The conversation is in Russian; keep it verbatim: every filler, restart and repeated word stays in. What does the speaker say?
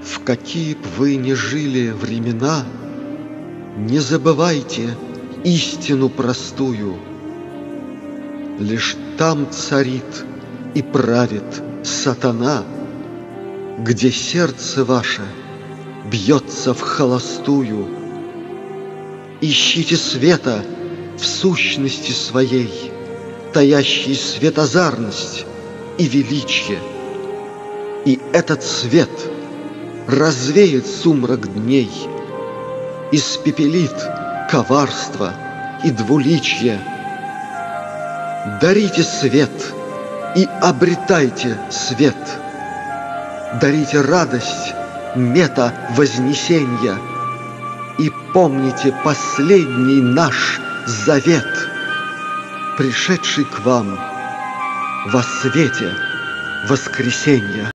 В какие б вы ни жили времена, не забывайте истину простую. Лишь там царит и правит сатана, где сердце ваше бьется в холостую. Ищите света в сущности своей, таящей светозарность и величие. И этот свет развеет сумрак дней, испепелит коварство и двуличье. Дарите свет и обретайте свет. Дарите радость мета-вознесенья. И помните последний наш завет, пришедший к вам во свете воскресенья.